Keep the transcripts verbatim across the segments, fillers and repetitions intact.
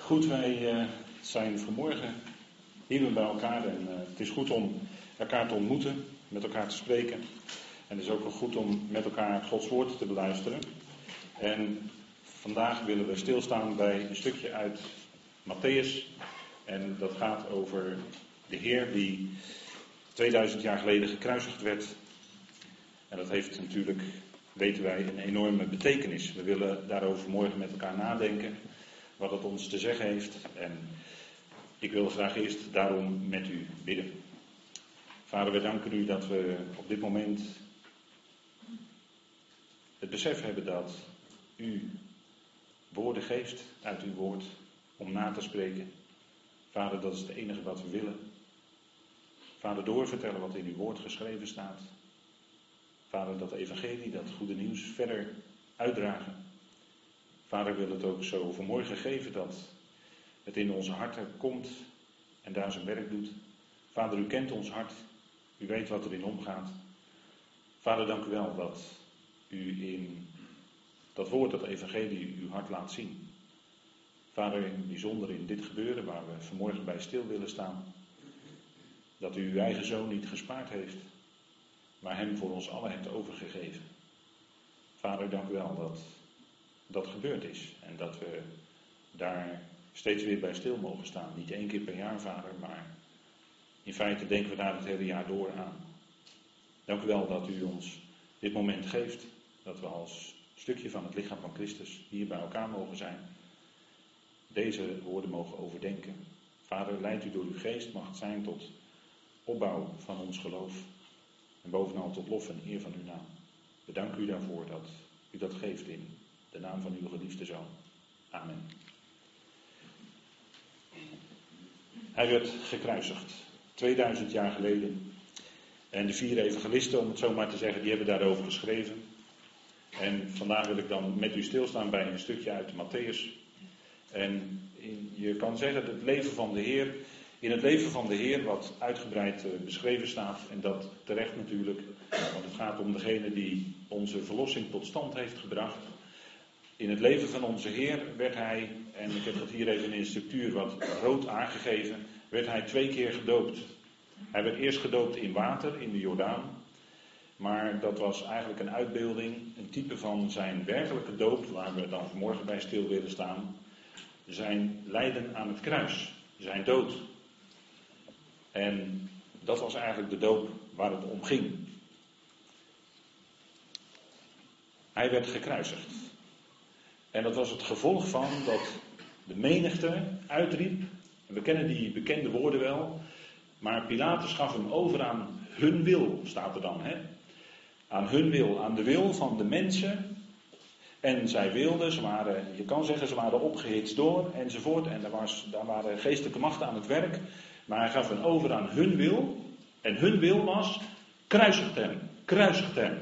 Goed, wij uh, zijn vanmorgen hier weer bij elkaar en uh, het is goed om elkaar te ontmoeten, met elkaar te spreken. En het is ook wel goed om met elkaar Gods woord te beluisteren. En vandaag willen we stilstaan bij een stukje uit Matthäus. En dat gaat over de Heer die tweeduizend jaar geleden gekruisigd werd. En dat heeft natuurlijk, weten wij, een enorme betekenis. We willen daarover morgen met elkaar nadenken. Wat het ons te zeggen heeft. En ik wil graag eerst daarom met u bidden. Vader, we danken u dat we op dit moment het besef hebben dat u woorden geeft uit uw woord om na te spreken. Vader, dat is het enige wat we willen. Vader, doorvertellen wat in uw woord geschreven staat. Vader, dat evangelie, dat goede nieuws verder uitdragen. Vader, wil het ook zo vanmorgen geven dat het in onze harten komt en daar zijn werk doet. Vader, u kent ons hart. U weet wat erin omgaat. Vader, dank u wel dat u in dat woord, dat evangelie, uw hart laat zien. Vader, bijzonder in dit gebeuren waar we vanmorgen bij stil willen staan. Dat u uw eigen zoon niet gespaard heeft, maar hem voor ons allen hebt overgegeven. Vader, dank u wel dat dat gebeurd is. En dat we daar steeds weer bij stil mogen staan. Niet één keer per jaar, Vader, maar in feite denken we daar het hele jaar door aan. Dank u wel dat u ons dit moment geeft. Dat we als stukje van het lichaam van Christus hier bij elkaar mogen zijn. Deze woorden mogen overdenken. Vader, leidt u door uw geest, mag het zijn tot opbouw van ons geloof. En bovenal tot lof en eer van uw naam. We danken u daarvoor dat u dat geeft in de naam van uw geliefde zoon. Amen. Hij werd gekruisigd. tweeduizend jaar geleden. En de vier evangelisten, om het zo maar te zeggen, die hebben daarover geschreven. En vandaag wil ik dan met u stilstaan bij een stukje uit Matthäus. En in, je kan zeggen dat het leven van de Heer, in het leven van de Heer wat uitgebreid uh, beschreven staat. En dat terecht natuurlijk, want het gaat om degene die onze verlossing tot stand heeft gebracht. In het leven van onze Heer werd hij, en ik heb dat hier even in de structuur wat rood aangegeven, werd hij twee keer gedoopt. Hij werd eerst gedoopt in water, in de Jordaan. Maar dat was eigenlijk een uitbeelding, een type van zijn werkelijke doop, waar we dan vanmorgen bij stil willen staan. Zijn lijden aan het kruis, zijn dood. En dat was eigenlijk de doop waar het om ging. Hij werd gekruisigd. En dat was het gevolg van dat de menigte uitriep. En we kennen die bekende woorden wel. Maar Pilatus gaf hem over aan hun wil, staat er dan. Hè? Aan hun wil, aan de wil van de mensen. En zij wilden, ze waren, je kan zeggen, ze waren opgehitst door enzovoort. En daar, was, daar waren geestelijke machten aan het werk. Maar hij gaf hem over aan hun wil. En hun wil was, kruisigt hem, kruisigt hem.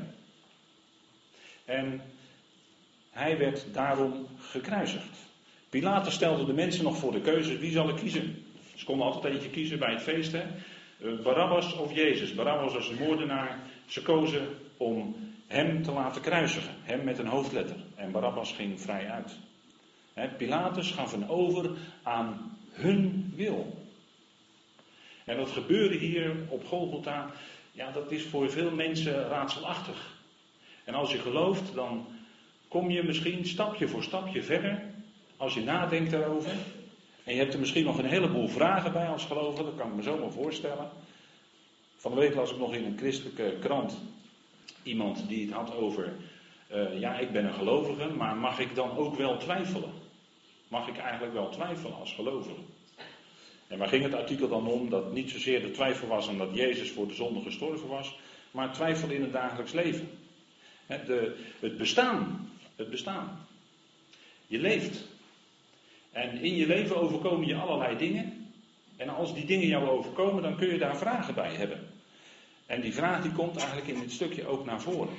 En hij werd daarom gekruisigd. Pilatus stelde de mensen nog voor de keuze, wie zal ik kiezen? Ze konden altijd eentje kiezen bij het feest. Hè? Barabbas of Jezus. Barabbas was een moordenaar. Ze kozen om hem te laten kruisigen. Hem met een hoofdletter. En Barabbas ging vrij uit. Hè? Pilatus gaf hem over aan hun wil. En wat gebeurde hier op Golgotha, ja, dat is voor veel mensen raadselachtig. En als je gelooft, dan kom je misschien stapje voor stapje verder. Als je nadenkt daarover. En je hebt er misschien nog een heleboel vragen bij als gelovige, dat kan ik me zo maar voorstellen. Van de week las ik nog in een christelijke krant iemand die het had over, uh, ja, ik ben een gelovige, maar mag ik dan ook wel twijfelen? Mag ik eigenlijk wel twijfelen als gelovige? En waar ging het artikel dan om? Dat niet zozeer de twijfel was omdat Jezus voor de zonde gestorven was, maar twijfel in het dagelijks leven. He, de, het bestaan, het bestaan. Je leeft. En in je leven overkomen je allerlei dingen. En als die dingen jou overkomen, dan kun je daar vragen bij hebben. En die vraag die komt eigenlijk in dit stukje ook naar voren.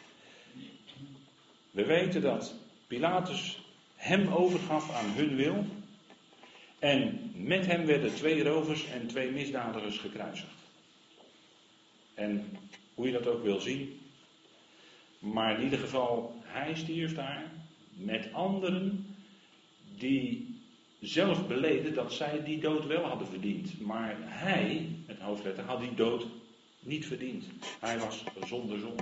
We weten dat Pilatus hem overgaf aan hun wil. En met hem werden twee rovers en twee misdadigers gekruisigd. En hoe je dat ook wil zien. Maar in ieder geval, hij stierf daar met anderen die zelf beleden dat zij die dood wel hadden verdiend. Maar hij, met hoofdletter, had die dood niet verdiend. Hij was zonder zonde.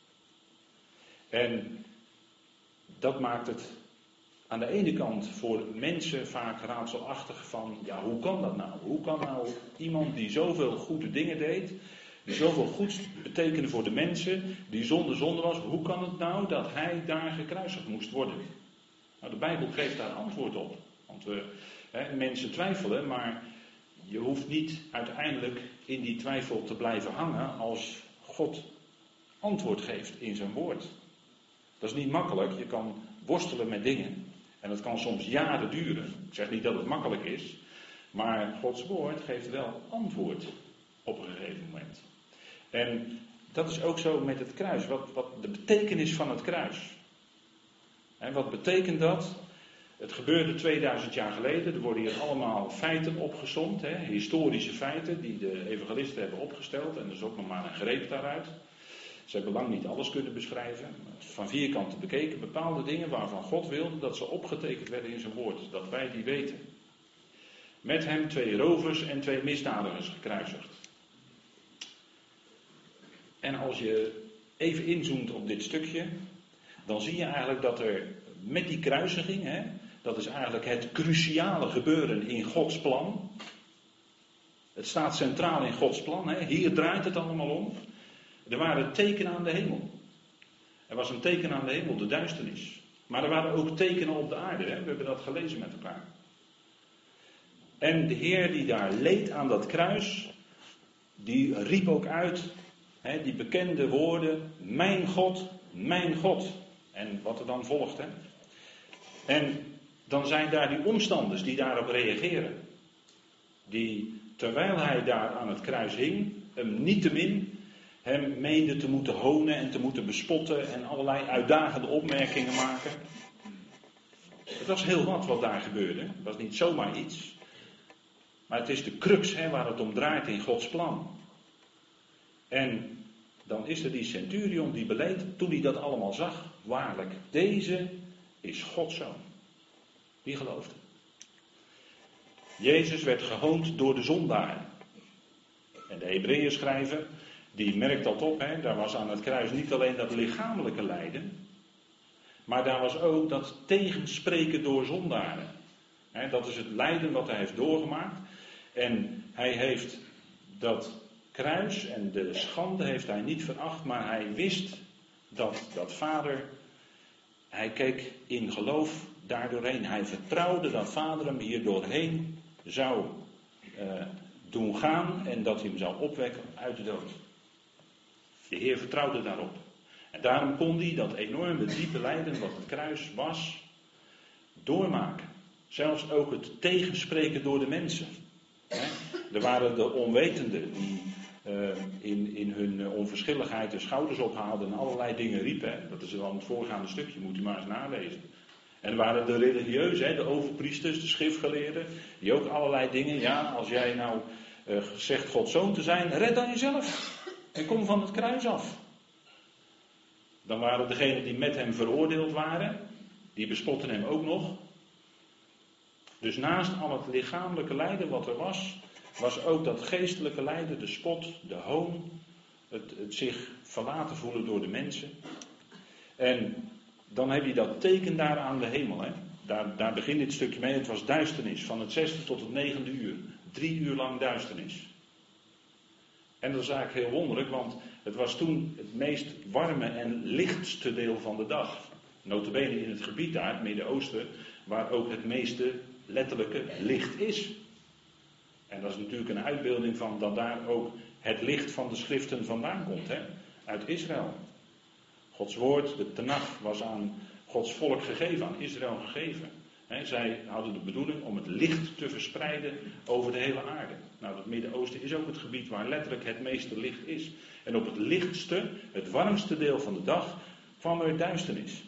En dat maakt het aan de ene kant voor mensen vaak raadselachtig van, ja, hoe kan dat nou? Hoe kan nou iemand die zoveel goede dingen deed, die zoveel goeds betekende voor de mensen, die zonder zonde was, hoe kan het nou dat hij daar gekruisigd moest worden? Nou, de Bijbel geeft daar antwoord op. Want we, hè, mensen twijfelen, maar je hoeft niet uiteindelijk in die twijfel te blijven hangen als God antwoord geeft in zijn woord. Dat is niet makkelijk, je kan worstelen met dingen. En dat kan soms jaren duren. Ik zeg niet dat het makkelijk is, maar Gods woord geeft wel antwoord op een gegeven moment. En dat is ook zo met het kruis. Wat, wat de betekenis van het kruis. En wat betekent dat? Het gebeurde tweeduizend jaar geleden. Er worden hier allemaal feiten opgesomd. Hè, historische feiten die de evangelisten hebben opgesteld. En er is ook nog maar een greep daaruit. Ze hebben lang niet alles kunnen beschrijven. Van vier kanten bekeken. Bepaalde dingen waarvan God wilde dat ze opgetekend werden in zijn woord. Dat wij die weten. Met hem twee rovers en twee misdadigers gekruisigd. En als je even inzoomt op dit stukje, dan zie je eigenlijk dat er met die kruisiging, hè, dat is eigenlijk het cruciale gebeuren in Gods plan. Het staat centraal in Gods plan, hè. Hier draait het allemaal om. Er waren tekenen aan de hemel. Er was een teken aan de hemel, de duisternis. Maar er waren ook tekenen op de aarde, hè. We hebben dat gelezen met elkaar. En de Heer die daar leed aan dat kruis, die riep ook uit, hè, die bekende woorden, mijn God, mijn God. En wat er dan volgt, hè. En dan zijn daar die omstanders die daarop reageren. Die, terwijl hij daar aan het kruis hing, hem niettemin hem meende te moeten honen en te moeten bespotten en allerlei uitdagende opmerkingen maken. Het was heel wat wat daar gebeurde. Het was niet zomaar iets. Maar het is de crux, hè, waar het om draait in Gods plan. En dan is er die centurion die beleed, toen hij dat allemaal zag, waarlijk, deze is Gods zoon. Wie geloofde? Jezus werd gehoond door de zondaren. En de Hebreeën schrijver, die merkt dat op, hè, daar was aan het kruis niet alleen dat lichamelijke lijden, maar daar was ook dat tegenspreken door zondaren. Hè, dat is het lijden wat hij heeft doorgemaakt. En hij heeft dat kruis en de schande heeft hij niet veracht, maar hij wist dat dat Vader, hij keek in geloof daardoorheen. Hij vertrouwde dat Vader hem hier doorheen zou uh, doen gaan en dat hij hem zou opwekken uit de dood. De Heer vertrouwde daarop. En daarom kon hij dat enorme diepe lijden wat het kruis was, doormaken. Zelfs ook het tegenspreken door de mensen. Hè? Er waren de onwetenden die uh, in, in hun onverschilligheid de schouders ophaalden en allerlei dingen riepen. Hè? Dat is wel het voorgaande stukje, moet u maar eens nalezen. En er waren de religieuzen, hè? De overpriesters, de schriftgeleerden, die ook allerlei dingen, ja, als jij nou uh, zegt Gods zoon te zijn, red dan jezelf en kom van het kruis af. Dan waren degenen die met hem veroordeeld waren, die bespotten hem ook nog. Dus naast al het lichamelijke lijden wat er was, was ook dat geestelijke lijden, de spot, de hoon, het, het zich verlaten voelen door de mensen. En dan heb je dat teken daar aan de hemel. Hè? Daar, daar begint dit stukje mee. Het was duisternis, van het zesde tot het negende uur. Drie uur lang duisternis. En dat is eigenlijk heel wonderlijk, want het was toen het meest warme en lichtste deel van de dag. Nota bene in het gebied daar, het Midden-Oosten, waar ook het meeste letterlijke licht is. En dat is natuurlijk een uitbeelding van dat daar ook het licht van de schriften vandaan komt, hè? Uit Israël. Gods woord, de Tenach, was aan Gods volk gegeven, aan Israël gegeven. He, zij hadden de bedoeling om het licht te verspreiden over de hele aarde. Nou, het Midden-Oosten is ook het gebied waar letterlijk het meeste licht is. En op het lichtste, het warmste deel van de dag, kwam er duisternis.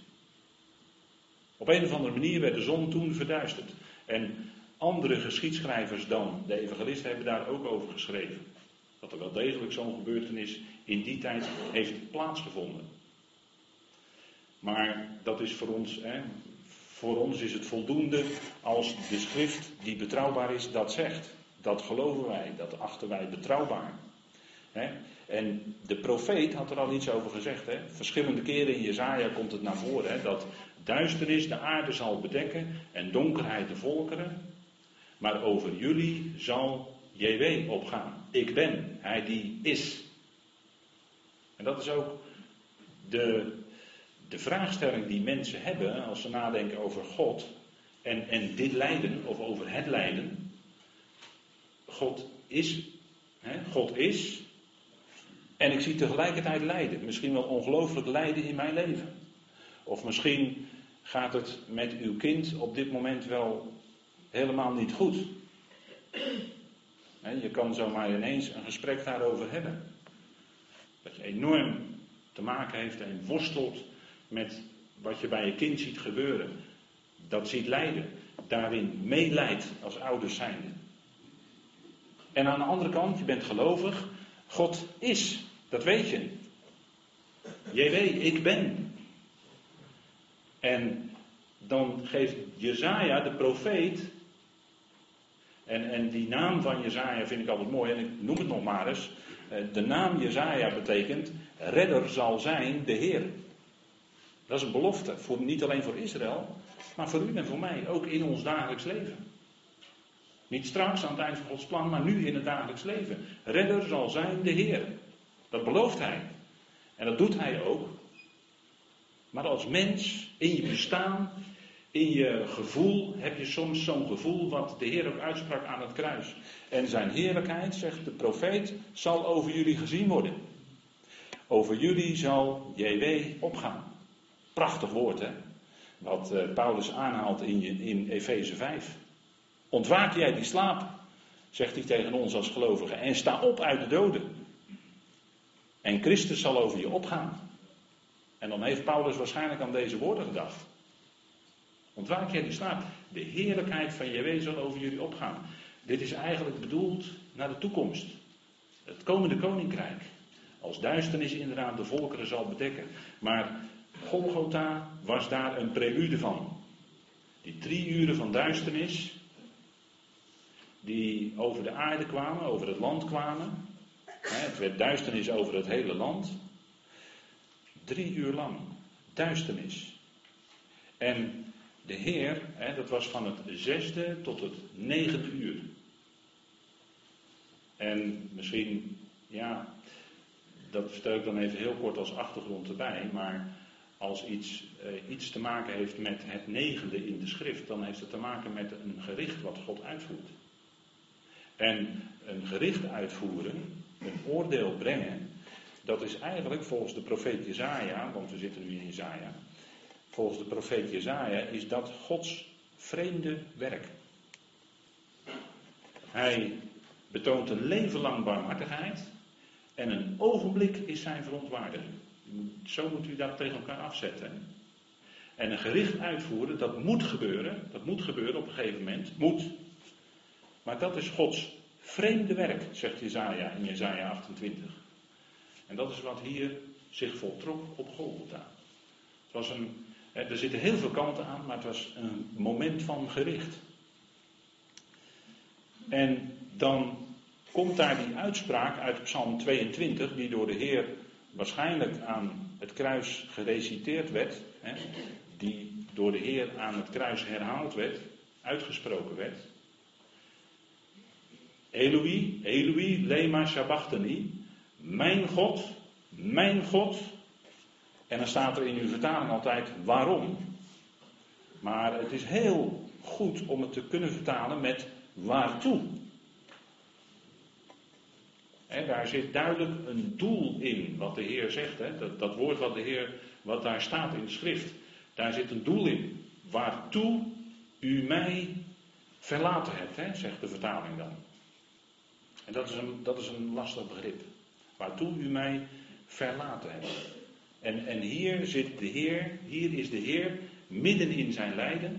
Op een of andere manier werd de zon toen verduisterd. En andere geschiedschrijvers dan de evangelisten hebben daar ook over geschreven. Dat er wel degelijk zo'n gebeurtenis in die tijd heeft plaatsgevonden. Maar dat is voor ons, hè, Voor ons is het voldoende als de schrift die betrouwbaar is dat zegt. Dat geloven wij, dat achten wij betrouwbaar. He? En de profeet had er al iets over gezegd. He? Verschillende keren in Jesaja komt het naar voren. He? Dat duisternis de aarde zal bedekken en donkerheid de volkeren. Maar over jullie zal J W opgaan. Ik ben, hij die is. En dat is ook de, de vraagstelling die mensen hebben als ze nadenken over God. En, en dit lijden, of over het lijden. God is, hè, God is. En ik zie tegelijkertijd lijden. Misschien wel ongelooflijk lijden in mijn leven. Of misschien gaat het met uw kind op dit moment wel helemaal niet goed. Hè, je kan zomaar ineens een gesprek daarover hebben. Dat je enorm te maken heeft en worstelt met wat je bij je kind ziet gebeuren. Dat ziet lijden. Daarin meelijdt als ouders zijnde. En aan de andere kant, je bent gelovig. God is. Dat weet je. J W, ik ben. En dan geeft Jesaja, de profeet. En, en die naam van Jesaja vind ik altijd mooi. En ik noem het nog maar eens. De naam Jesaja betekent, redder zal zijn de Heer. Dat is een belofte. Voor, niet alleen voor Israël. Maar voor u en voor mij. Ook in ons dagelijks leven. Niet straks aan het eind van Gods plan, maar nu in het dagelijks leven. Redder zal zijn de Heer. Dat belooft Hij. En dat doet Hij ook. Maar als mens, in je bestaan, in je gevoel, heb je soms zo'n gevoel wat de Heer ook uitsprak aan het kruis. En zijn heerlijkheid, zegt de profeet, zal over jullie gezien worden. Over jullie zal J W opgaan. Prachtig woord, hè? Wat uh, Paulus aanhaalt in, in Efeze vijf. Ontwaak jij die slaap, zegt hij tegen ons als gelovigen, en sta op uit de doden. En Christus zal over je opgaan. En dan heeft Paulus waarschijnlijk aan deze woorden gedacht. Ontwaak jij die slaap. De heerlijkheid van J W zal over jullie opgaan. Dit is eigenlijk bedoeld naar de toekomst. Het komende koninkrijk. Als duisternis inderdaad de volkeren zal bedekken. Maar Golgotha was daar een prelude van. Die drie uren van duisternis. Die over de aarde kwamen, over het land kwamen. Het werd duisternis over het hele land. Drie uur lang. Duisternis. En de Heer, dat was van het zesde tot het negende uur. En misschien, ja, dat vertel ik dan even heel kort als achtergrond erbij. Maar als iets, eh, iets te maken heeft met het negende in de schrift, dan heeft het te maken met een gericht wat God uitvoert. En een gericht uitvoeren, een oordeel brengen, dat is eigenlijk volgens de profeet Jesaja, want we zitten nu in Jesaja, volgens de profeet Jesaja is dat Gods vreemde werk. Hij betoont een leven lang barmhartigheid en een ogenblik is zijn verontwaardiging. Zo moet u dat tegen elkaar afzetten. En een gericht uitvoeren, dat moet gebeuren, dat moet gebeuren op een gegeven moment, moet. Maar dat is Gods vreemde werk, zegt Jesaja in Jesaja achtentwintig. En dat is wat hier zich voltrok op Golgotha. Het was een, er zitten heel veel kanten aan, maar het was een moment van gericht. En dan komt daar die uitspraak uit Psalm tweeëntwintig, die door de Heer waarschijnlijk aan het kruis gereciteerd werd, hè, die door de Heer aan het kruis herhaald werd, uitgesproken werd. Eloi, Eloi, lema sabachthani. Mijn God, mijn God. En dan staat er in uw vertaling altijd waarom. Maar het is heel goed om het te kunnen vertalen met waartoe. En daar zit duidelijk een doel in wat de Heer zegt. Hè? Dat, dat woord wat de Heer, wat daar staat in de schrift. Daar zit een doel in. Waartoe u mij verlaten hebt, hè? Zegt de vertaling dan. En dat is een, dat is een lastig begrip. Waartoe u mij verlaten hebt. En, en hier zit de Heer, hier is de Heer midden in zijn lijden.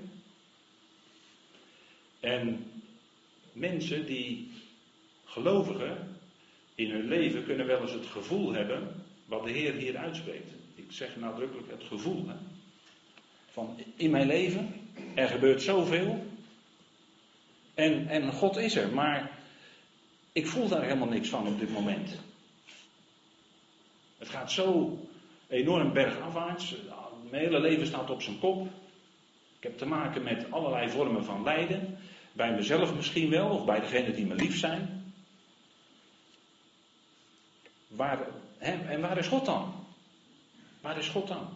En mensen die, gelovigen, in hun leven kunnen wel eens het gevoel hebben wat de Heer hier uitspreekt. Ik zeg nadrukkelijk het gevoel. Hè? Van in mijn leven Er gebeurt zoveel. En, en God is er, maar ik voel daar helemaal niks van op dit moment. Het gaat zo enorm bergafwaarts. Mijn hele leven staat op zijn kop. Ik heb te maken met allerlei vormen van lijden. Bij mezelf misschien wel, of bij degenen die me lief zijn. Waar, hè, en waar is God dan? Waar is God dan?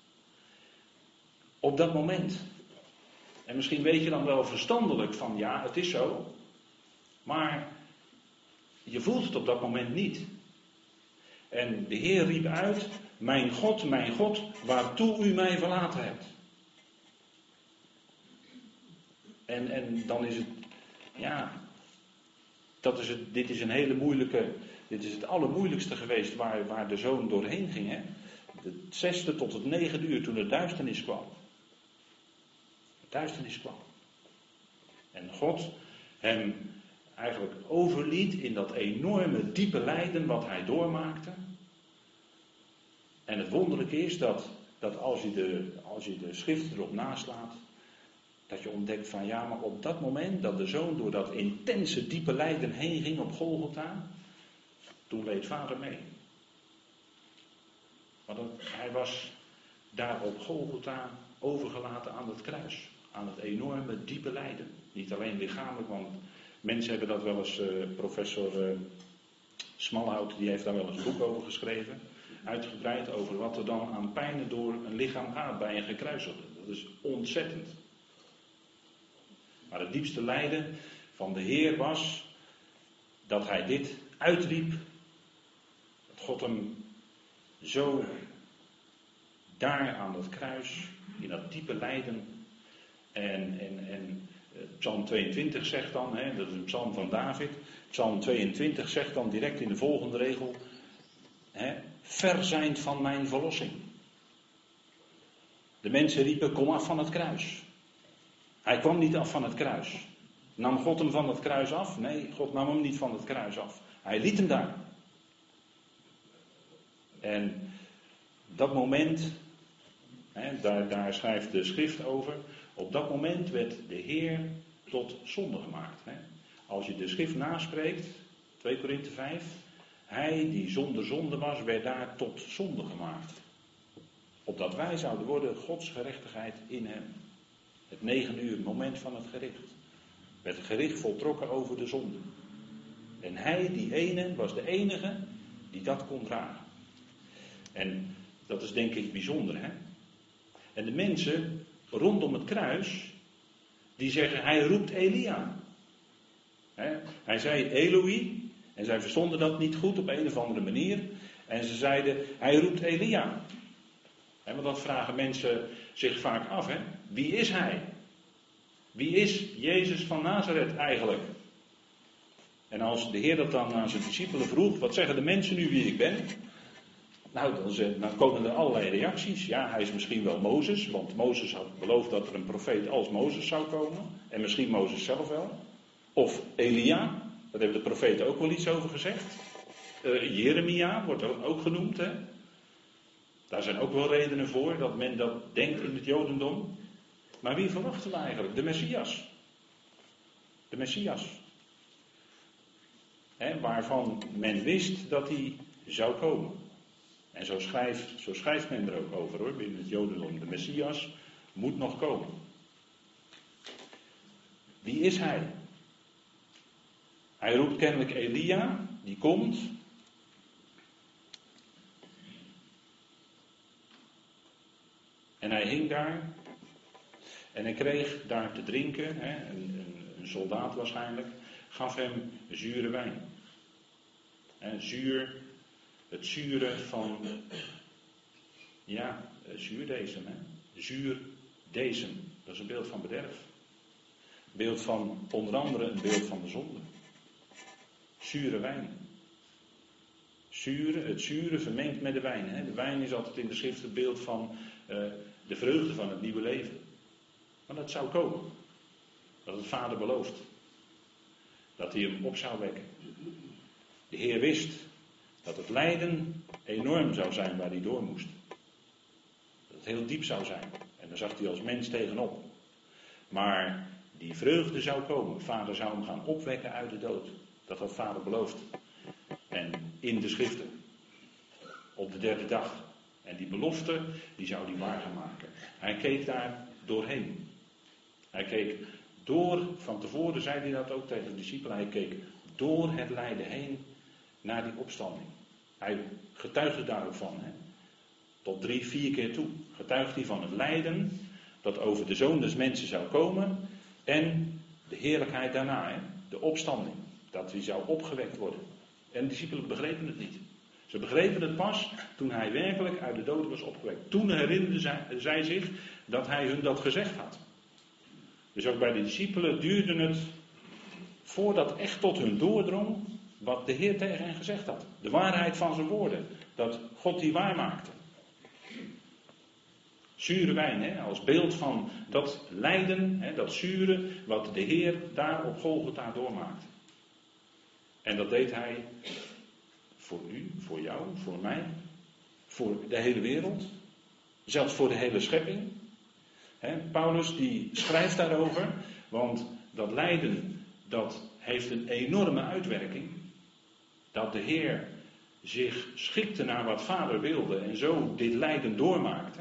Op dat moment. En misschien weet je dan wel verstandelijk van ja, het is zo. Maar je voelt het op dat moment niet. En de Heer riep uit, mijn God, mijn God, waartoe u mij verlaten hebt. En, en dan is het, ja, dat is het, dit is een hele moeilijke, dit is het allermoeilijkste geweest waar, waar de zoon doorheen ging. Hè? Het zesde tot het negende uur toen de duisternis kwam. De duisternis kwam. En God hem eigenlijk overliet in dat enorme diepe lijden wat hij doormaakte. En het wonderlijke is dat, dat als, je de, als je de schrift erop naslaat, dat je ontdekt van ja, maar op dat moment dat de zoon door dat intense diepe lijden heen ging op Golgotha, toen leed vader mee. Want dat, hij was daar op Golgotha overgelaten aan het kruis. Aan het enorme diepe lijden. Niet alleen lichamelijk, want mensen hebben dat wel eens, uh, professor uh, Smalhout, die heeft daar wel eens een boek over geschreven. Uitgebreid over wat er dan aan pijnen door een lichaam gaat bij een gekruisigde. Dat is ontzettend. Maar het diepste lijden van de Heer was dat hij dit uitriep. Dat God hem zo daar aan dat kruis, in dat diepe lijden. En, en, en Psalm tweeëntwintig zegt dan, hè, dat is een psalm van David. Psalm tweeëntwintig zegt dan direct in de volgende regel, hè, ver zijnd van mijn verlossing. De mensen riepen, kom af van het kruis. Hij kwam niet af van het kruis. Nam God hem van het kruis af? Nee, God nam hem niet van het kruis af. Hij liet hem daar. En dat moment, hè, daar, daar schrijft de schrift over. Op dat moment werd de Heer tot zonde gemaakt. Hè. Als je de schrift naspreekt, twee Korinthe vijf. Hij die zonder zonde was, werd daar tot zonde gemaakt. Opdat wij zouden worden Gods gerechtigheid in hem. Het negen uur, moment van het gericht. Werd het gericht voltrokken over de zonde. En hij, die ene, was de enige die dat kon dragen. En dat is denk ik bijzonder, hè. En de mensen rondom het kruis, die zeggen, hij roept Elia. Hè? Hij zei Eloi, en zij verstonden dat niet goed op een of andere manier. En ze zeiden, hij roept Elia. Hè, want dat vragen mensen zich vaak af, hè. Wie is hij? Wie is Jezus van Nazareth eigenlijk? En als de Heer dat dan aan zijn discipelen vroeg, wat zeggen de mensen nu wie ik ben? Nou, dan, dan komen er allerlei reacties. Ja, hij is misschien wel Mozes, want Mozes had beloofd dat er een profeet als Mozes zou komen. En misschien Mozes zelf wel. Of Elia, daar hebben de profeten ook wel iets over gezegd. Uh, Jeremia wordt er ook genoemd, hè. Daar zijn ook wel redenen voor dat men dat denkt in het Jodendom. Maar wie verwachten we eigenlijk? De Messias. De Messias. Hè, waarvan men wist dat hij zou komen. En zo schrijft, zo schrijft men er ook over, hoor, binnen het Jodendom. De Messias moet nog komen. Wie is hij? Hij roept kennelijk Elia, die komt. En hij hing daar. En hij kreeg daar te drinken, hè, een, een, een soldaat waarschijnlijk, gaf hem zure wijn. En zuur, het zure van, ja, zuurdesem, hè. Zuurdesem, dat is een beeld van bederf. Een beeld van, onder andere een beeld van de zonde. Zure wijn. Zure, het zure vermengd met de wijn. Hè. De wijn is altijd in de schrift het beeld van uh, de vreugde van het nieuwe leven. Maar dat zou komen. Dat het Vader belooft. Dat hij hem op zou wekken. De Heer wist dat het lijden enorm zou zijn waar hij door moest. Dat het heel diep zou zijn. En daar zag hij als mens tegenop. Maar die vreugde zou komen. Vader zou hem gaan opwekken uit de dood. Dat had vader beloofd. En in de schriften. Op de derde dag. En die belofte, die zou hij waar gaan maken. Hij keek daar doorheen. Hij keek door, van tevoren zei hij dat ook tegen de discipelen. Hij keek door het lijden heen naar die opstanding. Hij getuigde daar ook van. Hè? Tot drie, vier keer toe. Getuigde hij van het lijden dat over de Zoon des Mensen zou komen. En de heerlijkheid daarna. Hè? De opstanding. Dat hij zou opgewekt worden. En de discipelen begrepen het niet. Ze begrepen het pas toen hij werkelijk uit de doden was opgewekt. Toen herinnerden zij, zij zich dat hij hun dat gezegd had. Dus ook bij de discipelen duurde het voordat echt tot hun doordrong wat de Heer tegen hen gezegd had. De waarheid van zijn woorden. Dat God die waar maakte. Zure wijn, hè, als beeld van dat lijden, hè, dat zure, wat de Heer daar op Golgotha doormaakte. En dat deed hij voor u, voor jou, voor mij, voor de hele wereld. Zelfs voor de hele schepping. Hè, Paulus die schrijft daarover, want dat lijden, dat heeft een enorme uitwerking. Dat de Heer zich schikte naar wat Vader wilde en zo dit lijden doormaakte.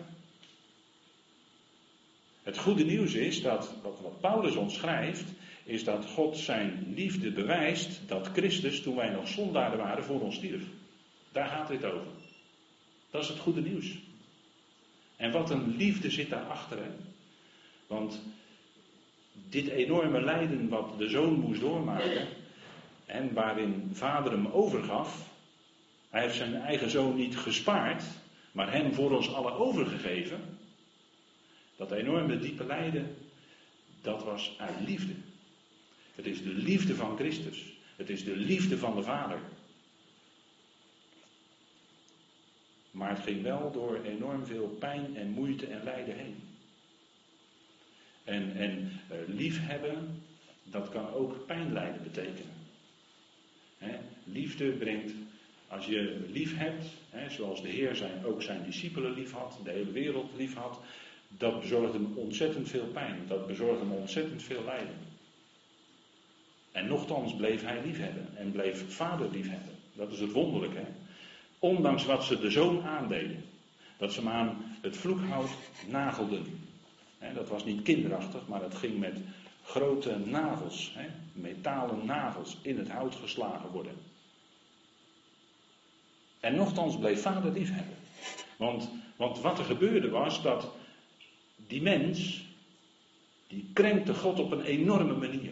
Het goede nieuws is dat, wat, wat Paulus ons schrijft, is dat God zijn liefde bewijst dat Christus, toen wij nog zondaren waren, voor ons stierf. Daar gaat dit over. Dat is het goede nieuws. En wat een liefde zit daarachter. Hè? Want dit enorme lijden wat de zoon moest doormaken, en waarin vader hem overgaf, hij heeft zijn eigen zoon niet gespaard, maar hem voor ons allen overgegeven. Dat enorme diepe lijden, dat was uit liefde. Het is de liefde van Christus. Het is de liefde van de Vader. Maar het ging wel door enorm veel pijn en moeite en lijden heen. En, en uh, liefhebben, dat kan ook pijnlijden betekenen. He, liefde brengt, als je lief hebt, he, zoals de Heer zijn, ook zijn discipelen lief had, de hele wereld lief had, dat bezorgt hem ontzettend veel pijn. Dat bezorgt hem ontzettend veel lijden. En nochtans bleef hij liefhebben en bleef vader liefhebben. Dat is het wonderlijke. Hè? Ondanks wat ze de zoon aandeden. Dat ze hem aan het vloekhout nagelden. He, dat was niet kinderachtig, maar dat ging met grote nagels. He, metalen nagels in het hout geslagen worden. En nochtans bleef vader liefhebben. Want, want wat er gebeurde was dat die mens, die krenkte God op een enorme manier.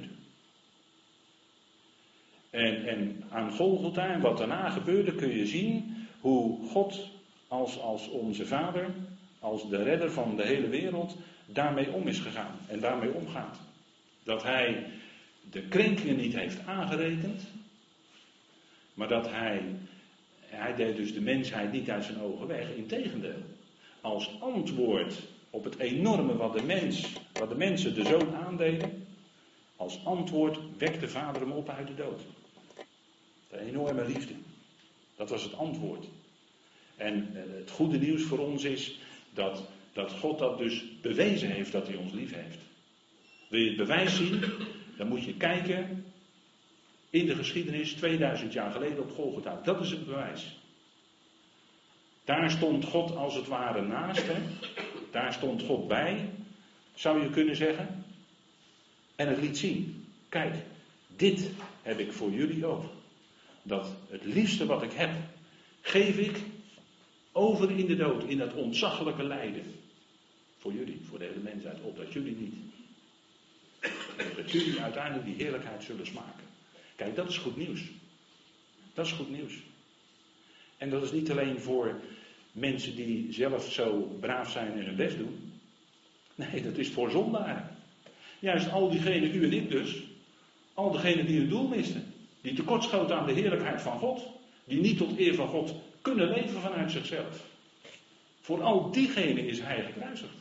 En, en aan Golgotha en wat daarna gebeurde kun je zien hoe God als, als onze vader, als de redder van de hele wereld, daarmee om is gegaan en daarmee omgaat. Dat hij de krenkingen niet heeft aangerekend, maar dat hij, hij deed dus de mensheid niet uit zijn ogen weg. Integendeel, als antwoord op het enorme wat de mens, wat de mensen de zoon aandeden, als antwoord wekte vader hem op uit de dood. De enorme liefde. Dat was het antwoord. En het goede nieuws voor ons is dat, dat God dat dus bewezen heeft dat hij ons lief heeft. Wil je het bewijs zien, dan moet je kijken in de geschiedenis tweeduizend jaar geleden op Golgotha. Dat is het bewijs. Daar stond God als het ware naast. Hè? Daar stond God bij, zou je kunnen zeggen. En het liet zien. Kijk, dit heb ik voor jullie ook. Dat het liefste wat ik heb, geef ik over in de dood, in dat ontzaglijke lijden. Voor jullie, voor de hele mensheid, opdat jullie niet. Dat jullie uiteindelijk die heerlijkheid zullen smaken. Kijk, dat is goed nieuws. Dat is goed nieuws. En dat is niet alleen voor mensen die zelf zo braaf zijn en hun best doen. Nee, dat is voor zondaren. Juist al diegenen, u en ik dus, al diegenen die hun doel misten. Die tekortschoten aan de heerlijkheid van God. Die niet tot eer van God kunnen leven vanuit zichzelf. Voor al diegenen is hij gekruisigd.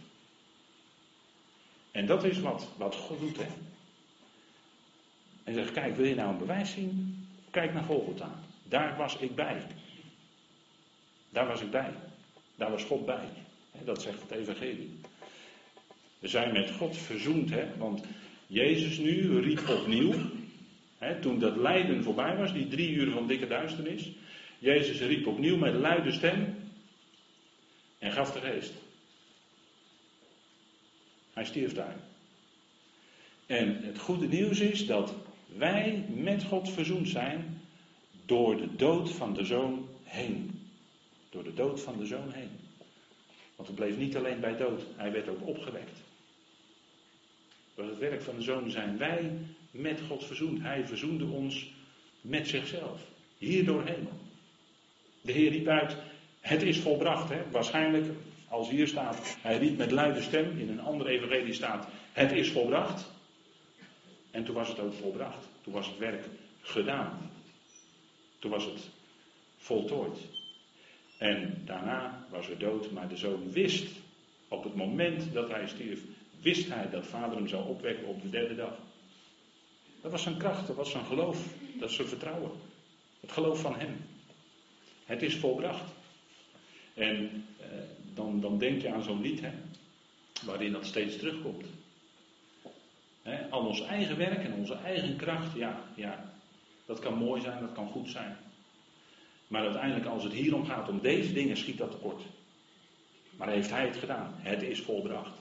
En dat is wat, wat God doet. Hè? En zegt, kijk, wil je nou een bewijs zien? Kijk naar Golgotha. Daar was ik bij. Daar was ik bij. Daar was God bij. Dat zegt het evangelie. We zijn met God verzoend, hè? Want Jezus nu riep opnieuw, hè, toen dat lijden voorbij was, die drie uur van dikke duisternis. Jezus riep opnieuw met luide stem en gaf de geest. Hij stierf daar. En het goede nieuws is dat wij met God verzoend zijn door de dood van de Zoon heen. Door de dood van de Zoon heen. Want het bleef niet alleen bij dood, hij werd ook opgewekt. Door het werk van de Zoon zijn wij met God verzoend. Hij verzoende ons met zichzelf. Hier doorheen. De Heer riep uit, het is volbracht. Hè? Waarschijnlijk, als hier staat, hij riep met luide stem. In een andere evangelie staat, het is volbracht. En toen was het ook volbracht. Toen was het werk gedaan. Toen was het voltooid. En daarna was er dood, maar de Zoon wist, op het moment dat hij stierf, wist hij dat Vader hem zou opwekken op de derde dag. Dat was zijn kracht, dat was zijn geloof, dat is zijn vertrouwen. Het geloof van hem. Het is volbracht. En eh, dan, dan denk je aan zo'n lied, hè, waarin dat steeds terugkomt. Hè, al ons eigen werk en onze eigen kracht, ja, ja, dat kan mooi zijn, dat kan goed zijn. Maar uiteindelijk, als het hierom gaat, om deze dingen, schiet dat tekort. Maar heeft hij het gedaan. Het is volbracht.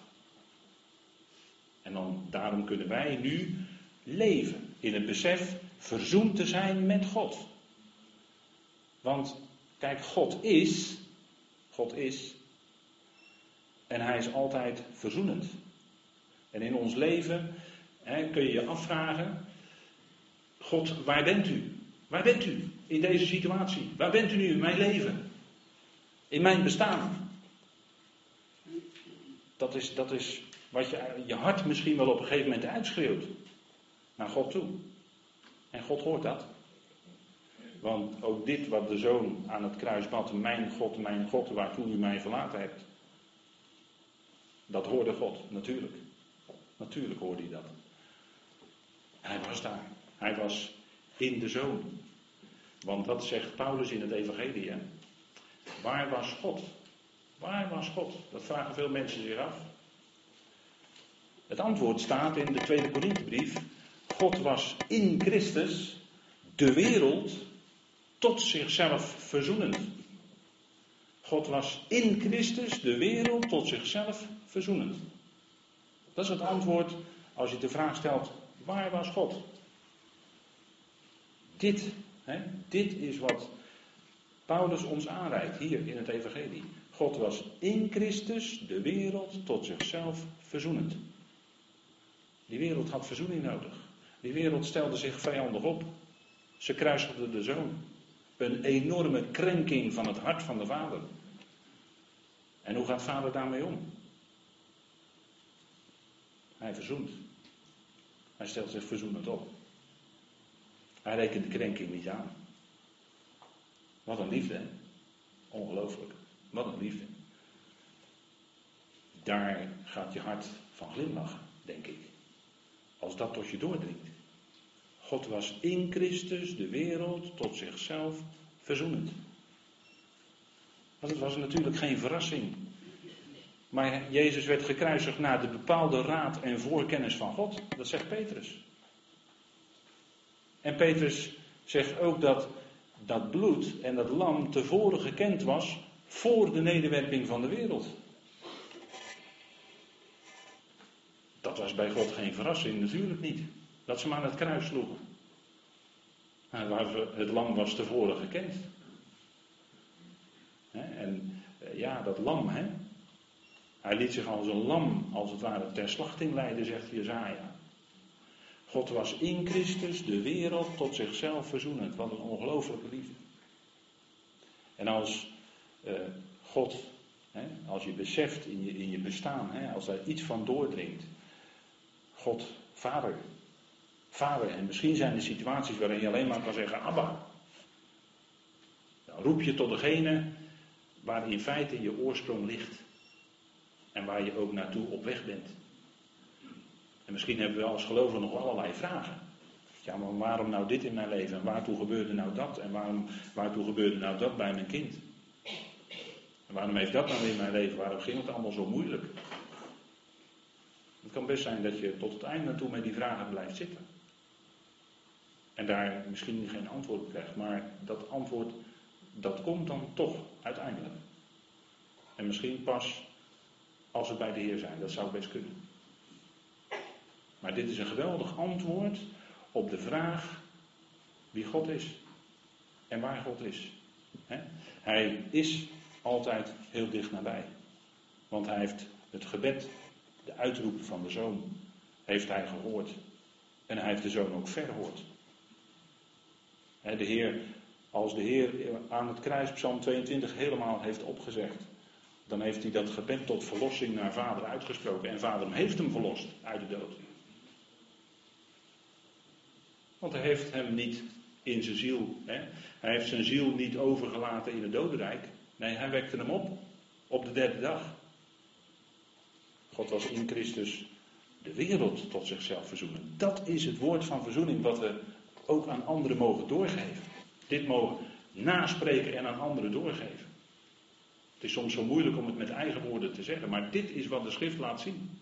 En dan, daarom kunnen wij nu leven in het besef verzoend te zijn met God. Want, kijk, God is, God is, en hij is altijd verzoenend. En in ons leven hè, kun je je afvragen, God, waar bent u? Waar bent u in deze situatie? Waar bent u nu in mijn leven? In mijn bestaan? Dat is, dat is wat je, je hart misschien wel op een gegeven moment uitschreeuwt. Naar God toe. En God hoort dat. Want ook dit wat de Zoon aan het kruis bad, mijn God, mijn God, waartoe u mij verlaten hebt. Dat hoorde God, natuurlijk. Natuurlijk hoorde hij dat. Hij was daar. Hij was in de Zoon. Want dat zegt Paulus in het evangelie. Hè? Waar was God? Waar was God? Dat vragen veel mensen zich af. Het antwoord staat in de tweede Korinthebrief. God was in Christus de wereld tot zichzelf verzoenend. God was in Christus de wereld tot zichzelf verzoenend. Dat is het antwoord als je de vraag stelt, waar was God? Dit, hè, dit is wat Paulus ons aanreikt hier in het evangelie. God was in Christus de wereld tot zichzelf verzoenend. Die wereld had verzoening nodig. Die wereld stelde zich vijandig op. Ze kruisigden de Zoon. Een enorme krenking van het hart van de Vader. En hoe gaat Vader daarmee om? Hij verzoent. Hij stelt zich verzoenend op. Hij rekent de krenking niet aan. Wat een liefde, hè? Ongelooflijk. Wat een liefde. Daar gaat je hart van glimlachen, denk ik. Als dat tot je doordringt. God was in Christus de wereld tot zichzelf verzoenend. Want het was natuurlijk geen verrassing. Maar Jezus werd gekruisigd naar de bepaalde raad en voorkennis van God. Dat zegt Petrus. En Petrus zegt ook dat dat bloed en dat lam tevoren gekend was voor de nederwerping van de wereld. Dat was bij God geen verrassing, natuurlijk niet. Dat ze hem aan het kruis sloegen. Het lam was tevoren gekend. En ja, dat lam, hè. Hij liet zich als een lam, als het ware, ter slachting leiden, zegt Jesaja. God was in Christus de wereld tot zichzelf verzoenend. Wat een ongelooflijke liefde. En als uh, God, hè, als je beseft in je, in je bestaan, hè, als daar iets van doordringt. God, Vader. Vader, en misschien zijn er situaties waarin je alleen maar kan zeggen, Abba. Dan roep je tot degene waar in feite je oorsprong ligt. En waar je ook naartoe op weg bent. En misschien hebben we als gelovigen nog allerlei vragen. Ja, maar waarom nou dit in mijn leven? En waartoe gebeurde nou dat? En waarom, waartoe gebeurde nou dat bij mijn kind? En waarom heeft dat nou in mijn leven? Waarom ging het allemaal zo moeilijk? Het kan best zijn dat je tot het einde naartoe met die vragen blijft zitten. En daar misschien geen antwoord op krijgt, maar dat antwoord, dat komt dan toch uiteindelijk. En misschien pas als we bij de Heer zijn, dat zou best kunnen. Maar dit is een geweldig antwoord op de vraag wie God is en waar God is. He? Hij is altijd heel dicht nabij. Want hij heeft het gebed, de uitroepen van de Zoon, heeft hij gehoord. En hij heeft de Zoon ook verhoord. He, de Heer, als de Heer aan het kruis Psalm tweeëntwintig helemaal heeft opgezegd, dan heeft hij dat gebed tot verlossing naar Vader uitgesproken. En Vader heeft hem verlost uit de dood. Want hij heeft hem niet in zijn ziel. Hè? Hij heeft zijn ziel niet overgelaten in het dodenrijk. Nee, hij wekte hem op. Op de derde dag. God was in Christus de wereld tot zichzelf verzoenen. Dat is het woord van verzoening wat we ook aan anderen mogen doorgeven. Dit mogen naspreken en aan anderen doorgeven. Het is soms zo moeilijk om het met eigen woorden te zeggen. Maar dit is wat de schrift laat zien.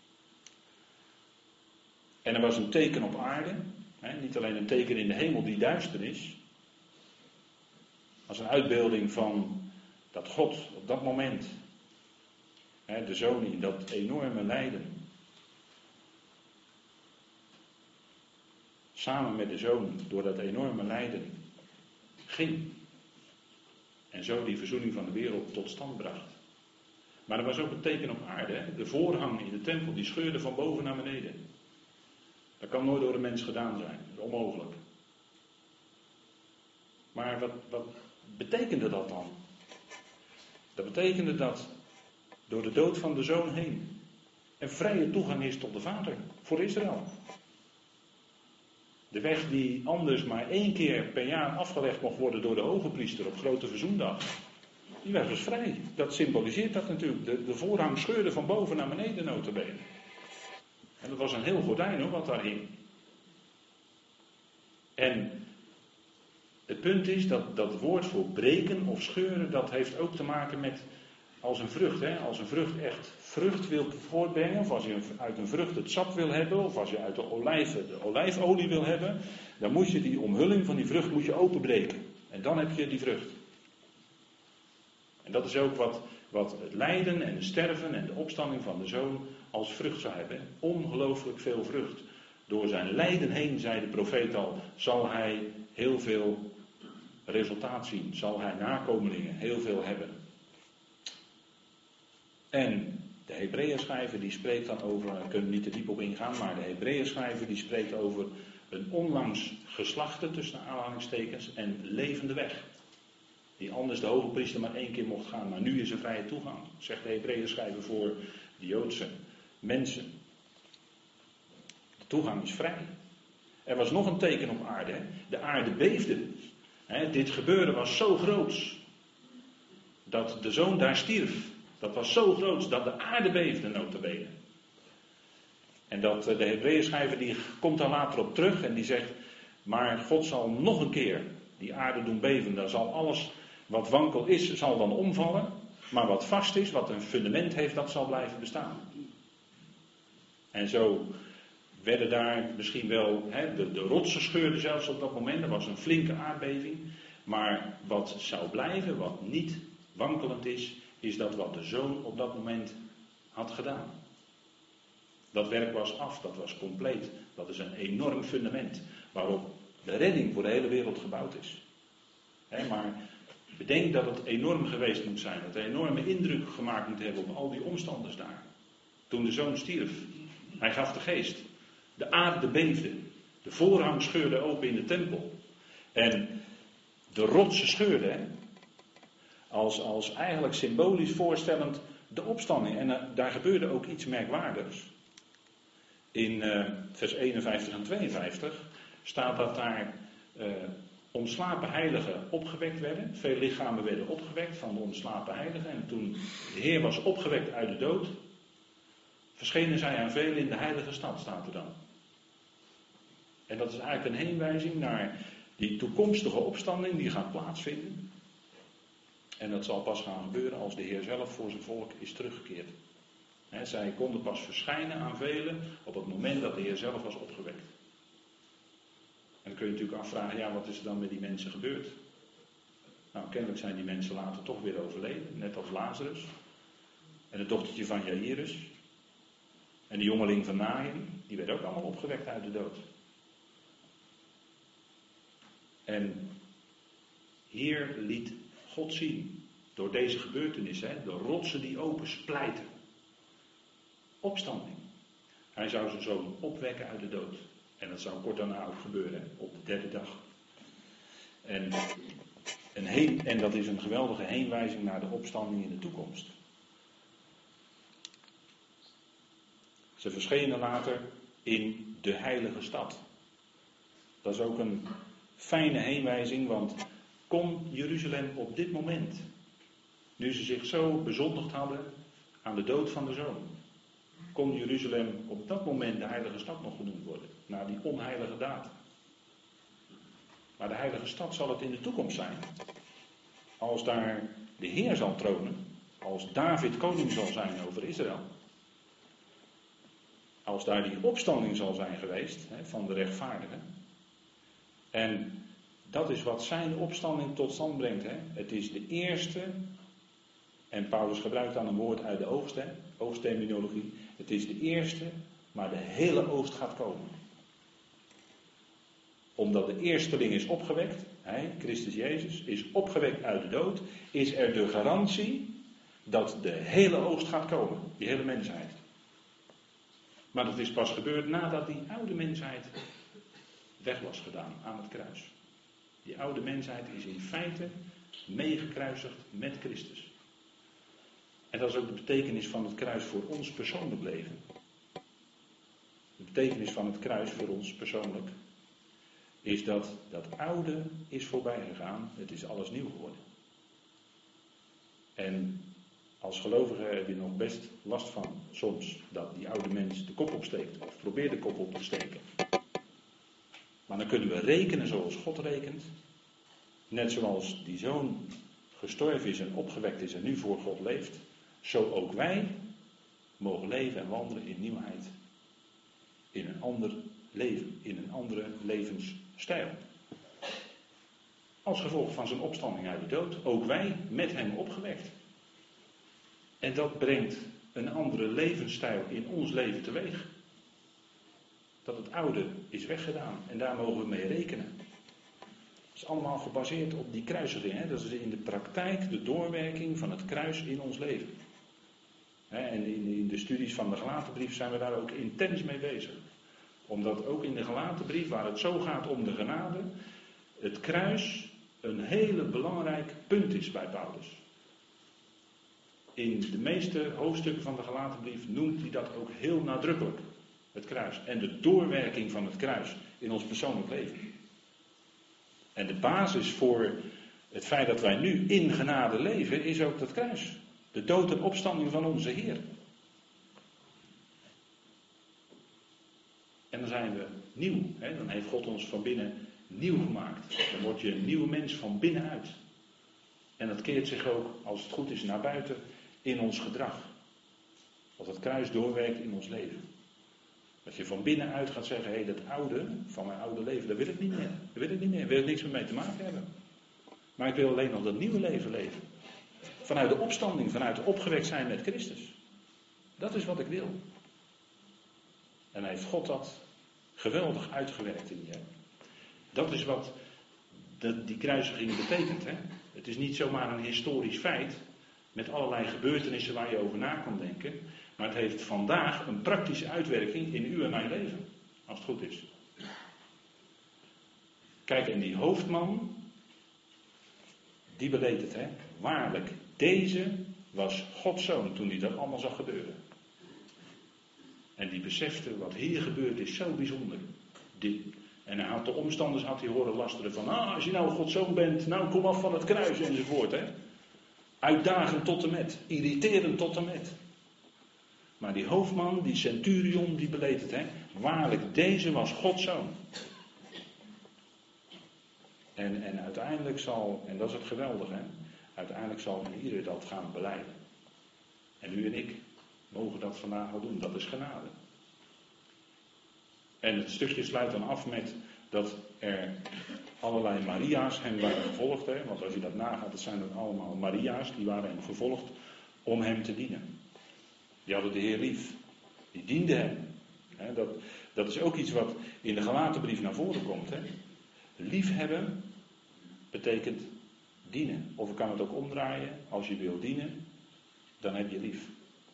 En er was een teken op aarde. Hè, niet alleen een teken in de hemel die duister is. Als een uitbeelding van dat God op dat moment, hè, de Zoon in dat enorme lijden, samen met de Zoon door dat enorme lijden ging. En zo die verzoening van de wereld tot stand bracht. Maar er was ook een teken op aarde. Hè? De voorhang in de tempel die scheurde van boven naar beneden. Dat kan nooit door een mens gedaan zijn. Dat is onmogelijk. Maar wat, wat betekende dat dan? Dat betekende dat door de dood van de Zoon heen een vrije toegang is tot de Vader. Voor Israël. De weg die anders maar één keer per jaar afgelegd mocht worden door de hogepriester op Grote Verzoendag. Die weg was vrij. Dat symboliseert dat natuurlijk. De, de voorhang scheurde van boven naar beneden nota bene. En dat was een heel gordijn hoor, wat daar hing. En het punt is dat dat woord voor breken of scheuren, dat heeft ook te maken met als een vrucht. Hè? Als een vrucht echt vrucht wil voortbrengen, of als je uit een vrucht het sap wil hebben, of als je uit de olijven de olijfolie wil hebben, dan moet je die omhulling van die vrucht moet je openbreken. En dan heb je die vrucht. En dat is ook wat, wat het lijden en het sterven en de opstanding van de Zoon als vrucht zou hebben. Ongelooflijk veel vrucht. Door zijn lijden heen, zei de profeet al, zal hij heel veel resultaat zien. Zal hij nakomelingen heel veel hebben. En de Hebreeënschrijver die spreekt dan over, daar kunnen we niet te diep op ingaan, maar de Hebreeënschrijver die spreekt over een onlangs geslachte, tussen aanhalingstekens, en levende weg. Die anders de hoge priester maar één keer mocht gaan, maar nu is er vrije toegang, zegt de Hebreeënschrijver voor de Joodse mensen. De toegang is vrij. Er was nog een teken op aarde, hè? De aarde beefde. Hè? Dit gebeuren was zo groot, dat de Zoon daar stierf. Dat was zo groot dat de aarde beefde, nota bene. En dat de Hebreeënschrijver die komt daar later op terug en die zegt, maar God zal nog een keer die aarde doen beven. Dan zal alles wat wankel is, zal dan omvallen. Maar wat vast is, wat een fundament heeft, dat zal blijven bestaan. En zo werden daar misschien wel, hè, de, de rotsen scheurden zelfs op dat moment. Er was een flinke aardbeving. Maar wat zou blijven, wat niet wankelend is, is dat wat de Zoon op dat moment had gedaan. Dat werk was af, dat was compleet. Dat is een enorm fundament waarop de redding voor de hele wereld gebouwd is. He, maar bedenk dat het enorm geweest moet zijn. Dat het een enorme indruk gemaakt moet hebben op al die omstanders daar. Toen de Zoon stierf. Hij gaf de geest. De aarde beefde. De voorhang scheurde open in de tempel. En de rotsen scheurden. He. Als, als eigenlijk symbolisch voorstellend de opstanding. En uh, daar gebeurde ook iets merkwaardigs. In uh, vers eenenvijftig en tweeënvijftig staat dat daar uh, ontslapen heiligen opgewekt werden. Veel lichamen werden opgewekt van de ontslapen heiligen. En toen de Heer was opgewekt uit de dood, verschenen zij aan velen in de heilige stad, staat er dan. En dat is eigenlijk een heenwijzing naar die toekomstige opstanding die gaat plaatsvinden. En dat zal pas gaan gebeuren als de Heer zelf voor zijn volk is teruggekeerd. He, zij konden pas verschijnen aan velen op het moment dat de Heer zelf was opgewekt. En dan kun je natuurlijk afvragen, ja, wat is er dan met die mensen gebeurd? Nou, kennelijk zijn die mensen later toch weer overleden, net als Lazarus. En het dochtertje van Jairus. En de jongeling van Naïn, die werd ook allemaal opgewekt uit de dood. En hier liet God zien, door deze gebeurtenis, hè, de rotsen die open splijten. Opstanding. Hij zou zijn zoon opwekken uit de dood. En dat zou kort daarna ook gebeuren, hè, op de derde dag. En, een heen, en dat is een geweldige heenwijzing naar de opstanding in de toekomst. Ze verschenen later in de heilige stad. Dat is ook een fijne heenwijzing, want kon Jeruzalem op dit moment, nu ze zich zo bezondigd hadden aan de dood van de zoon, kon Jeruzalem op dat moment de heilige stad nog genoemd worden, na die onheilige daad. Maar de heilige stad zal het in de toekomst zijn, als daar de Heer zal tronen, als David koning zal zijn over Israël. Als daar die opstanding zal zijn geweest, hè, van de rechtvaardigen. En dat is wat zijn opstanding tot stand brengt. Hè. Het is de eerste, en Paulus gebruikt dan een woord uit de oogst, hè, oogstterminologie. Het is de eerste, maar de hele oogst gaat komen. Omdat de eersteling is opgewekt, hij, Christus Jezus, is opgewekt uit de dood, is er de garantie dat de hele oogst gaat komen, die hele mensheid. Maar dat is pas gebeurd nadat die oude mensheid weg was gedaan aan het kruis. Die oude mensheid is in feite meegekruisigd met Christus. En dat is ook de betekenis van het kruis voor ons persoonlijk leven. De betekenis van het kruis voor ons persoonlijk is dat dat oude is voorbij gegaan. Het is alles nieuw geworden. En als gelovige heb je nog best last van soms dat die oude mens de kop opsteekt of probeert de kop op te steken. Maar dan kunnen we rekenen zoals God rekent. Net zoals die zoon gestorven is en opgewekt is en nu voor God leeft. Zo ook wij mogen leven en wandelen in nieuwheid. In een ander leven, in een andere levensstijl. Als gevolg van zijn opstanding uit de dood, ook wij met hem opgewekt. En dat brengt een andere levensstijl in ons leven teweeg. Dat het oude is weggedaan en daar mogen we mee rekenen. Het is allemaal gebaseerd op die kruisiging. Hè? Dat is in de praktijk de doorwerking van het kruis in ons leven. Hè? En in, in de studies van de Galatenbrief zijn we daar ook intens mee bezig. Omdat ook in de Galatenbrief, waar het zo gaat om de genade, het kruis een hele belangrijk punt is bij Paulus. In de meeste hoofdstukken van de Galatenbrief noemt hij dat ook heel nadrukkelijk. Het kruis. En de doorwerking van het kruis in ons persoonlijk leven. En de basis voor het feit dat wij nu in genade leven is ook dat kruis. De dood en opstanding van onze Heer. En dan zijn we nieuw. Hè? Dan heeft God ons van binnen nieuw gemaakt. Dan word je een nieuwe mens van binnenuit. En dat keert zich ook, als het goed is, naar buiten in ons gedrag. Dat het kruis doorwerkt in ons leven. Dat je van binnenuit gaat zeggen, hé, hey, dat oude, van mijn oude leven, dat wil ik niet meer. Dat wil ik niet meer, daar wil ik niks meer mee te maken hebben. Maar ik wil alleen nog dat nieuwe leven leven. Vanuit de opstanding, vanuit het opgewekt zijn met Christus. Dat is wat ik wil. En heeft God dat geweldig uitgewerkt in je. Dat is wat de, die kruisiging betekent. Hè? Het is niet zomaar een historisch feit met allerlei gebeurtenissen waar je over na kan denken. Maar het heeft vandaag een praktische uitwerking in uw en mijn leven. Als het goed is. Kijk, en die hoofdman, die beleed het, hè. Waarlijk, deze was Gods zoon toen hij dat allemaal zag gebeuren. En die besefte, wat hier gebeurt is zo bijzonder. Die, en hij had de omstanders had hij horen lasteren van, ah, als je nou Gods zoon bent, nou kom af van het kruis enzovoort, hè. Uitdagend tot en met, irriterend tot en met. Maar die hoofdman, die centurion, die beleed het, hè. Waarlijk, deze was Gods zoon. En, en uiteindelijk zal, en dat is het geweldige, hè, uiteindelijk zal ieder dat gaan belijden. En u en ik, mogen dat vandaag wel doen. Dat is genade. En het stukje sluit dan af met dat er allerlei Maria's hem waren gevolgd. Hè? Want als je dat nagaat, dat zijn dan allemaal Maria's. Die waren hem gevolgd om hem te dienen. Die hadden de Heer lief. Die dienden hem. Hè? Dat, dat is ook iets wat in de Galatenbrief naar voren komt. Hè? Liefhebben betekent dienen. Of ik kan het ook omdraaien. Als je wil dienen, dan heb je lief.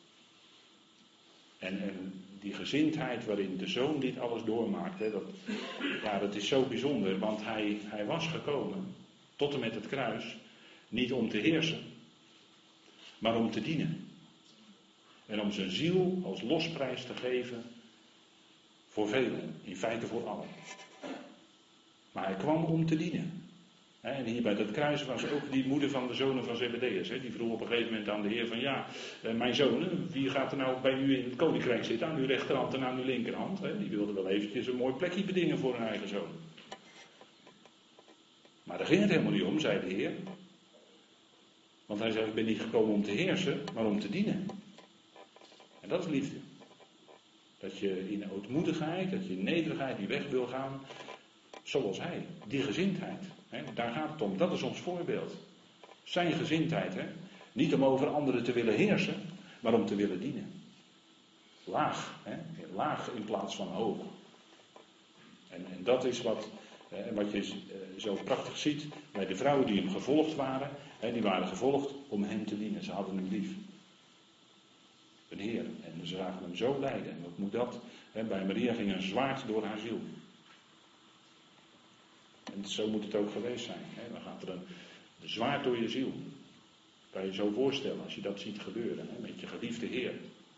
En, en die gezindheid waarin de zoon dit alles doormaakt, hè, dat, ja, dat is zo bijzonder. Want hij, hij was gekomen tot en met het kruis, niet om te heersen, maar om te dienen. En om zijn ziel als losprijs te geven voor velen, in feite voor allen. Maar hij kwam om te dienen. En hier bij dat kruis was ook die moeder van de zonen van Zebedeus. Die vroeg op een gegeven moment aan de Heer van ja, mijn zonen, wie gaat er nou bij u in het koninkrijk zitten? Aan uw rechterhand en aan uw linkerhand. Die wilden wel eventjes een mooi plekje bedingen voor hun eigen zoon. Maar daar ging het helemaal niet om, zei de Heer. Want hij zei, ik ben niet gekomen om te heersen, maar om te dienen. En dat is liefde. Dat je in ootmoedigheid, dat je in nederigheid die weg wil gaan, zoals hij. Die gezindheid. Hè, daar gaat het om. Dat is ons voorbeeld. Zijn gezindheid. Hè? Niet om over anderen te willen heersen, maar om te willen dienen. Laag. Hè? Laag in plaats van hoog. En, en dat is wat, eh, wat je eh, zo prachtig ziet bij de vrouwen die hem gevolgd waren. Hè, die waren gevolgd om hem te dienen. Ze hadden hem lief. Een Heer. En ze zagen hem zo lijden. En wat moet dat? Hè, bij Maria ging een zwaard door haar ziel. En zo moet het ook geweest zijn. Hè? Dan gaat er een, een zwaard door je ziel. Kan je je zo voorstellen als je dat ziet gebeuren. Hè? Met je geliefde Heer.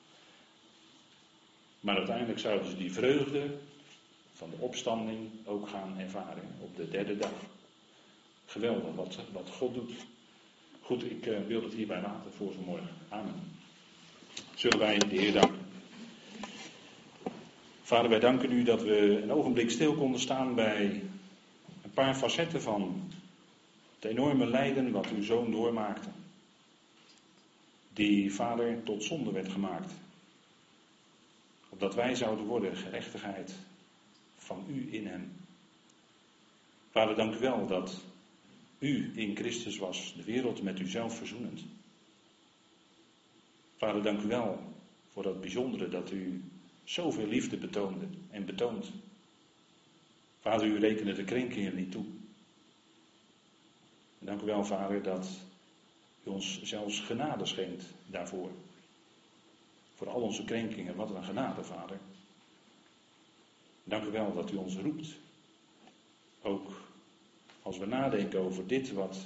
Maar uiteindelijk zouden ze die vreugde van de opstanding ook gaan ervaren. Op de derde dag. Geweldig wat, wat God doet. Goed, ik uh, wil het hierbij laten voor vanmorgen. Amen. Zullen wij de Heer danken. Vader, wij danken u dat we een ogenblik stil konden staan bij een paar facetten van het enorme lijden wat uw zoon doormaakte. Die vader tot zonde werd gemaakt. Opdat wij zouden worden gerechtigheid van u in hem. Vader, dank u wel dat u in Christus was, de wereld met uzelf verzoenend. Vader, dank u wel voor dat bijzondere dat u zoveel liefde betoonde en betoont. Vader, u rekende de krenkingen niet toe. En dank u wel, Vader, dat u ons zelfs genade schenkt daarvoor. Voor al onze krenkingen, wat een genade, Vader. Dank u wel dat u ons roept. Ook als we nadenken over dit wat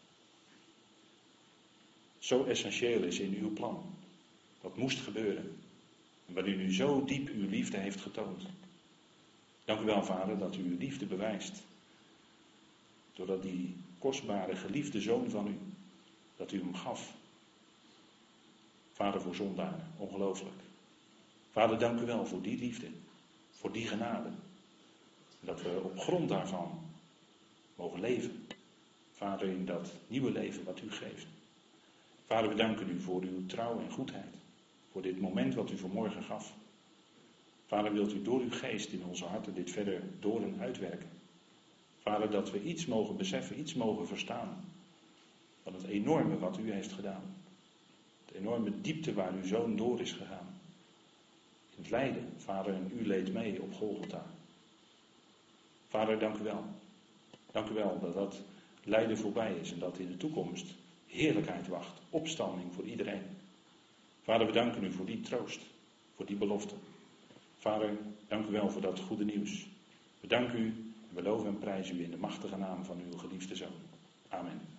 zo essentieel is in uw plan. Wat moest gebeuren. En waar u nu zo diep uw liefde heeft getoond. Dank u wel, Vader, dat u uw liefde bewijst. Doordat die kostbare, geliefde zoon van u, dat u hem gaf. Vader, voor zondaren, ongelooflijk. Vader, dank u wel voor die liefde, voor die genade. Dat we op grond daarvan mogen leven. Vader, in dat nieuwe leven wat u geeft. Vader, we danken u voor uw trouw en goedheid. Voor dit moment wat u vanmorgen gaf. Vader, wilt u door uw geest in onze harten dit verder door en uitwerken. Vader, dat we iets mogen beseffen, iets mogen verstaan. Van het enorme wat u heeft gedaan. De enorme diepte waar uw zoon door is gegaan. In het lijden, Vader, en u leed mee op Golgotha. Vader, dank u wel. Dank u wel dat dat lijden voorbij is en dat in de toekomst heerlijkheid wacht. Opstanding voor iedereen. Vader, we danken u voor die troost, voor die belofte. Vader, dank u wel voor dat goede nieuws. We danken u, we loven en prijzen u in de machtige naam van uw geliefde zoon. Amen.